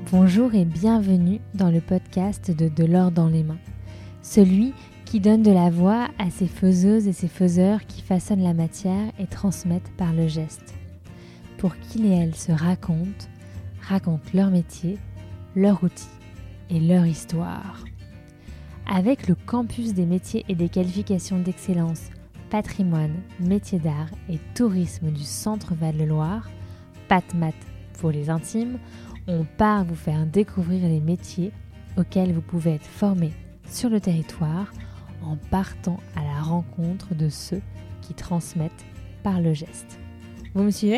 Bonjour et bienvenue dans le podcast de l'or dans les mains. Celui qui donne de la voix à ces faiseuses et ces faiseurs qui façonnent la matière et transmettent par le geste. Pour qu'ils et elles se racontent leur métier, leur outil et leur histoire. Avec le campus des métiers et des qualifications d'excellence, patrimoine, métiers d'art et tourisme du Centre Val-de-Loire, PatMat pour les intimes, on part vous faire découvrir les métiers auxquels vous pouvez être formés sur le territoire en partant à la rencontre de ceux qui transmettent par le geste. Vous me suivez ?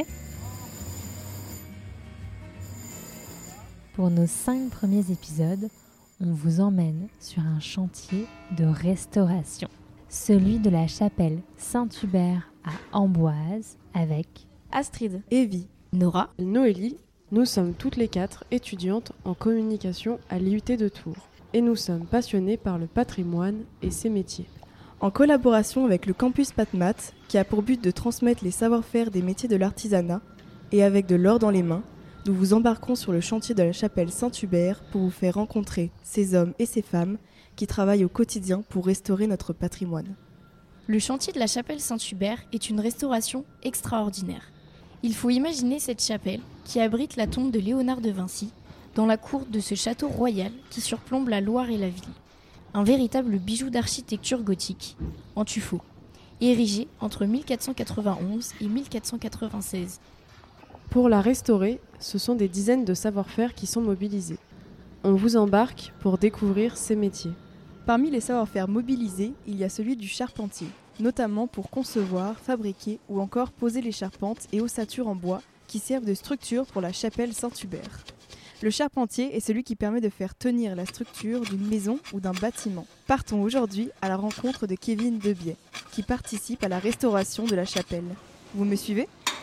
Pour nos 5 premiers épisodes, on vous emmène sur un chantier de restauration, celui de la chapelle Saint-Hubert à Amboise avec Astrid, Evie, Nora, Noélie. Nous sommes toutes les 4 étudiantes en communication à l'IUT de Tours et nous sommes passionnées par le patrimoine et ses métiers. en collaboration avec le campus PatMat, qui a pour but de transmettre les savoir-faire des métiers de l'artisanat, et avec de l'or dans les mains, nous vous embarquerons sur le chantier de la chapelle Saint-Hubert pour vous faire rencontrer ces hommes et ces femmes qui travaillent au quotidien pour restaurer notre patrimoine. Le chantier de la chapelle Saint-Hubert est une restauration extraordinaire. Il faut imaginer cette chapelle qui abrite la tombe de Léonard de Vinci dans la cour de ce château royal qui surplombe la Loire et la ville. Un véritable bijou d'architecture gothique, en tuffeau, érigé entre 1491 et 1496. Pour la restaurer, ce sont des dizaines de savoir-faire qui sont mobilisés. On vous embarque pour découvrir ces métiers. Parmi les savoir-faire mobilisés, il y a celui du charpentier, notamment pour concevoir, fabriquer ou encore poser les charpentes et ossatures en bois qui servent de structure pour la chapelle Saint-Hubert. Le charpentier est celui qui permet de faire tenir la structure d'une maison ou d'un bâtiment. Partons aujourd'hui à la rencontre de Kevin Debiais, qui participe à la restauration de la chapelle. Vous me suivez ?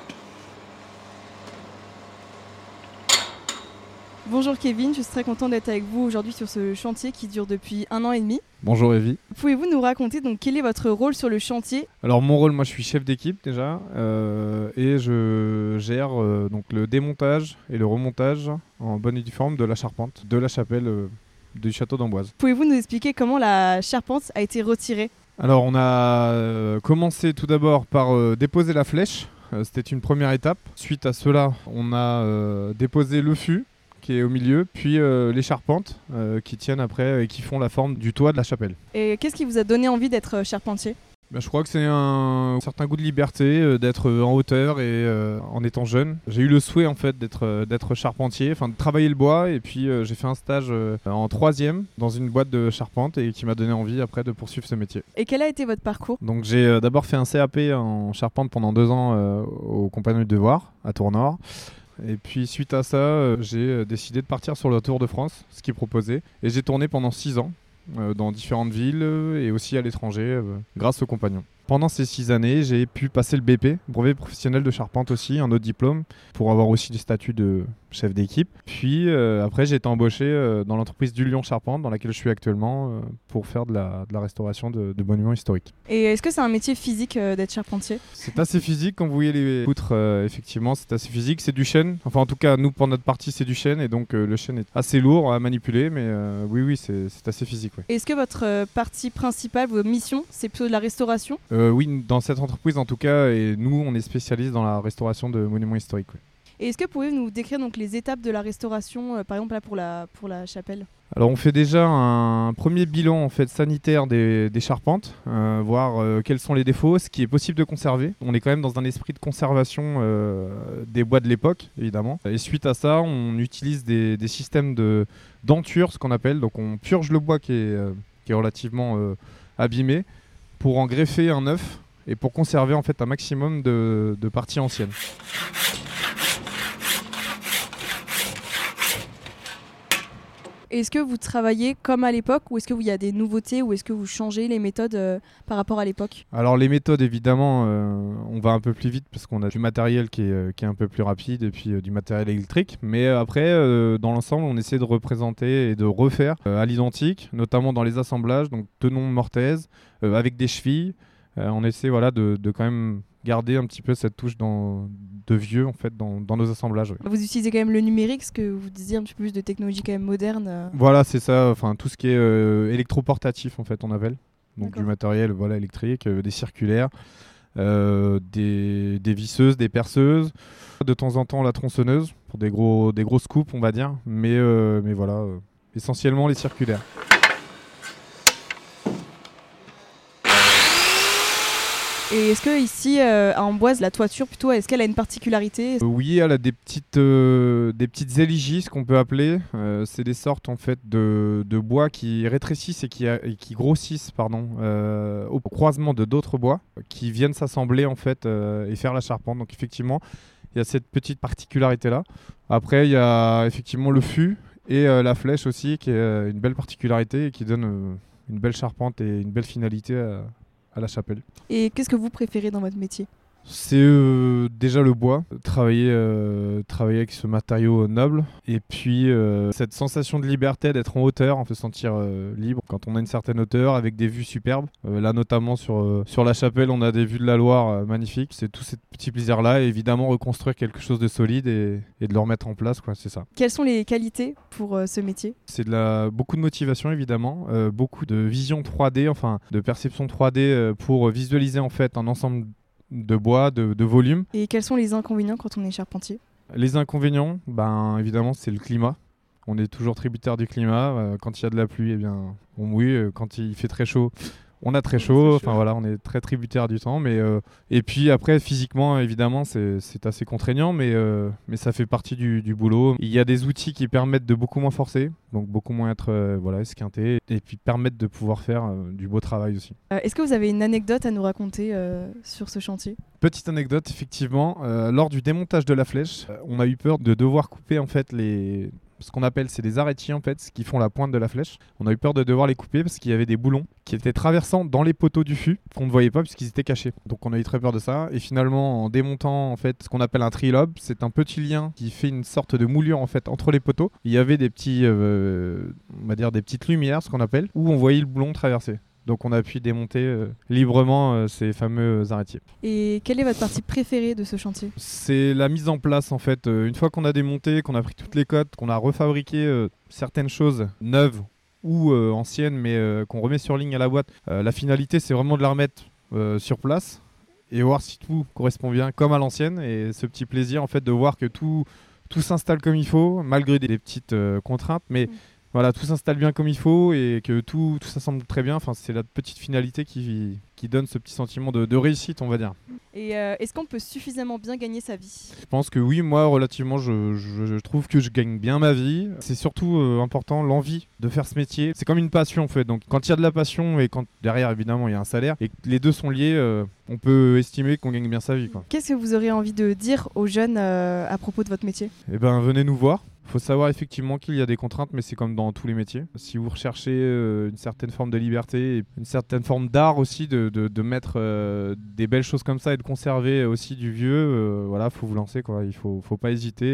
Bonjour Kevin, je suis très contente d'être avec vous aujourd'hui sur ce chantier qui dure depuis 1 an et demi. Bonjour Evie. Pouvez-vous nous raconter donc quel est votre rôle sur le chantier ? Alors mon rôle, moi je suis chef d'équipe déjà et je gère donc le démontage et le remontage en bonne et due forme de la charpente de la chapelle du château d'Amboise. Pouvez-vous nous expliquer comment la charpente a été retirée ? Alors on a commencé tout d'abord par déposer la flèche, c'était une première étape. Suite à cela, on a déposé le fût qui est au milieu, puis les charpentes qui tiennent après et qui font la forme du toit de la chapelle. Et qu'est-ce qui vous a donné envie d'être charpentier ? Je crois que c'est un certain goût de liberté, d'être en hauteur et en étant jeune. J'ai eu le souhait en fait d'être charpentier, enfin de travailler le bois, et puis j'ai fait un stage en 3e dans une boîte de charpente et qui m'a donné envie après de poursuivre ce métier. Et quel a été votre parcours ? Donc j'ai d'abord fait un CAP en charpente pendant 2 ans au Compagnon du Devoir à Tours-Nord. Et puis suite à ça, j'ai décidé de partir sur le Tour de France, ce qui est proposé. Et j'ai tourné pendant 6 ans dans différentes villes et aussi à l'étranger grâce aux compagnons. Pendant ces 6 années, j'ai pu passer le BP, brevet professionnel de charpente aussi, un autre diplôme, pour avoir aussi le statut de chef d'équipe. Puis après, j'ai été embauché dans l'entreprise du Lion Charpente, dans laquelle je suis actuellement, pour faire de la restauration de monuments historiques. Et est-ce que c'est un métier physique d'être charpentier ? C'est assez physique, quand vous voyez les poutres, effectivement, c'est assez physique. C'est du chêne, enfin en tout cas, nous, pour notre partie, c'est du chêne, et donc le chêne est assez lourd à manipuler, mais oui, c'est assez physique. Ouais. Est-ce que votre partie principale, vos missions, c'est plutôt de la restauration ? Oui, dans cette entreprise en tout cas, et nous on est spécialistes dans la restauration de monuments historiques. Ouais. Et est-ce que vous pouvez nous décrire donc les étapes de la restauration, par exemple là pour la chapelle ? Alors on fait déjà un premier bilan en fait sanitaire des charpentes, voir quels sont les défauts, ce qui est possible de conserver. On est quand même dans un esprit de conservation des bois de l'époque évidemment. Et suite à ça, on utilise des systèmes de denture, ce qu'on appelle. Donc on purge le bois qui est relativement abîmé pour en greffer un neuf et pour conserver en fait un maximum de parties anciennes. Est-ce que vous travaillez comme à l'époque ou est-ce qu'il y a des nouveautés ou est-ce que vous changez les méthodes par rapport à l'époque ? Alors les méthodes évidemment, on va un peu plus vite parce qu'on a du matériel qui est un peu plus rapide et puis du matériel électrique. Mais après, dans l'ensemble, on essaie de représenter et de refaire à l'identique, notamment dans les assemblages, donc tenons mortaise, avec des chevilles. On essaie de quand même garder un petit peu cette touche vieux en fait dans nos assemblages. Ouais. Vous utilisez quand même le numérique, ce que vous disiez un petit peu plus de technologie quand même moderne. Voilà, c'est ça, enfin tout ce qui est électroportatif en fait on appelle. Donc D'accord. du matériel électrique, des circulaires, des visseuses, des perceuses, de temps en temps la tronçonneuse pour des grosses coupes on va dire, mais voilà, essentiellement les circulaires. Et est-ce que ici à Amboise, la toiture plutôt, est-ce qu'elle a une particularité? Oui, elle a des petites éligies, ce qu'on peut appeler. C'est des sortes en fait de bois qui rétrécissent et qui grossissent au croisement de d'autres bois qui viennent s'assembler en fait et faire la charpente. Donc effectivement, il y a cette petite particularité là. Après, il y a effectivement le fût et la flèche aussi qui est une belle particularité et qui donne une belle charpente et une belle finalité à la chapelle. Et qu'est-ce que vous préférez dans votre métier? C'est déjà le bois, travailler avec ce matériau noble, et puis cette sensation de liberté d'être en hauteur, on peut se sentir libre quand on a une certaine hauteur avec des vues superbes. Là notamment sur la chapelle, on a des vues de la Loire magnifiques. C'est tout ce petit plaisir-là, et évidemment reconstruire quelque chose de solide et de le remettre en place, quoi, c'est ça. Quelles sont les qualités pour ce métier? C'est beaucoup de motivation évidemment, beaucoup de vision 3D, enfin de perception 3D pour visualiser en fait un ensemble de bois, de volume. Et quels sont les inconvénients quand on est charpentier? Les inconvénients, évidemment, c'est le climat. On est toujours tributaire du climat. Quand il y a de la pluie, on mouille. Quand il fait très chaud, on a très chaud. Enfin voilà, on est très tributaire du temps. Et puis après, physiquement, évidemment, c'est assez contraignant, mais ça fait partie du boulot. Il y a des outils qui permettent de beaucoup moins forcer, donc beaucoup moins être esquinté, et puis permettent de pouvoir faire du beau travail aussi. Est-ce que vous avez une anecdote à nous raconter sur ce chantier? Petite anecdote, effectivement, lors du démontage de la flèche, on a eu peur de devoir couper en fait ce qu'on appelle, c'est des arrêtiers en fait, qui font la pointe de la flèche. On a eu peur de devoir les couper parce qu'il y avait des boulons qui étaient traversants dans les poteaux du fût qu'on ne voyait pas puisqu'ils étaient cachés. Donc on a eu très peur de ça. Et finalement, en démontant en fait ce qu'on appelle un trilobe, c'est un petit lien qui fait une sorte de moulure en fait entre les poteaux. Il y avait des petits, on va dire des petites lumières, ce qu'on appelle, où on voyait le boulon traverser. Donc on a pu démonter librement ces fameux arrêtiers. Et quelle est votre partie préférée de ce chantier? C'est la mise en place en fait. Une fois qu'on a démonté, qu'on a pris toutes les cotes, qu'on a refabriqué certaines choses neuves ou anciennes, mais qu'on remet sur ligne à la boîte, la finalité c'est vraiment de la remettre sur place et voir si tout correspond bien comme à l'ancienne. Et ce petit plaisir en fait de voir que tout s'installe comme il faut, malgré des petites contraintes, mais voilà, tout s'installe bien comme il faut et que tout s'assemble très bien. Enfin, c'est la petite finalité qui donne ce petit sentiment de réussite, on va dire. Et est-ce qu'on peut suffisamment bien gagner sa vie? Je pense que oui, moi, relativement, je trouve que je gagne bien ma vie. C'est surtout important, l'envie de faire ce métier. C'est comme une passion, en fait. Donc, quand il y a de la passion et quand derrière, évidemment, il y a un salaire et que les deux sont liés, on peut estimer qu'on gagne bien sa vie, quoi. Qu'est-ce que vous auriez envie de dire aux jeunes à propos de votre métier? Eh ben, venez nous voir. Il faut savoir effectivement qu'il y a des contraintes, mais c'est comme dans tous les métiers. Si vous recherchez une certaine forme de liberté, et une certaine forme d'art aussi, de mettre des belles choses comme ça et de conserver aussi du vieux, voilà, faut vous lancer, quoi. Il faut pas hésiter.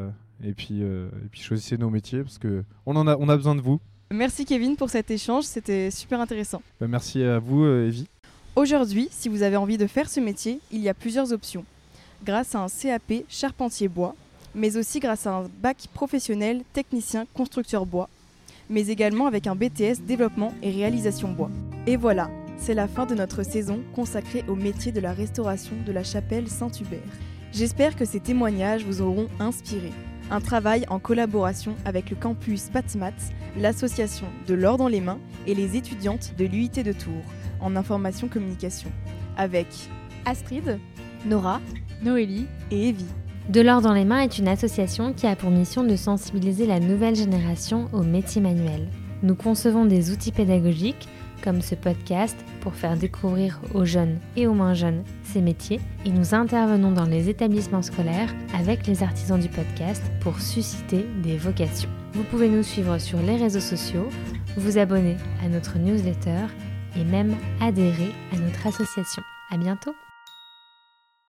Et puis choisissez nos métiers parce que on a besoin de vous. Merci Kevin pour cet échange, c'était super intéressant. Merci à vous, Evie. Aujourd'hui, si vous avez envie de faire ce métier, il y a plusieurs options. Grâce à un CAP charpentier bois, mais aussi grâce à un bac professionnel technicien constructeur bois, mais également avec un BTS développement et réalisation bois. Et voilà, c'est la fin de notre saison consacrée au métier de la restauration de la chapelle Saint-Hubert. J'espère que ces témoignages vous auront inspiré. Un travail en collaboration avec le campus Patmat, l'association de l'Or dans les mains et les étudiantes de l'UIT de Tours en information communication, avec Astrid, Nora, Noélie et Evie. De l'or dans les mains est une association qui a pour mission de sensibiliser la nouvelle génération aux métiers manuels. Nous concevons des outils pédagogiques, comme ce podcast, pour faire découvrir aux jeunes et aux moins jeunes ces métiers, et nous intervenons dans les établissements scolaires avec les artisans du podcast pour susciter des vocations. Vous pouvez nous suivre sur les réseaux sociaux, vous abonner à notre newsletter et même adhérer à notre association. À bientôt!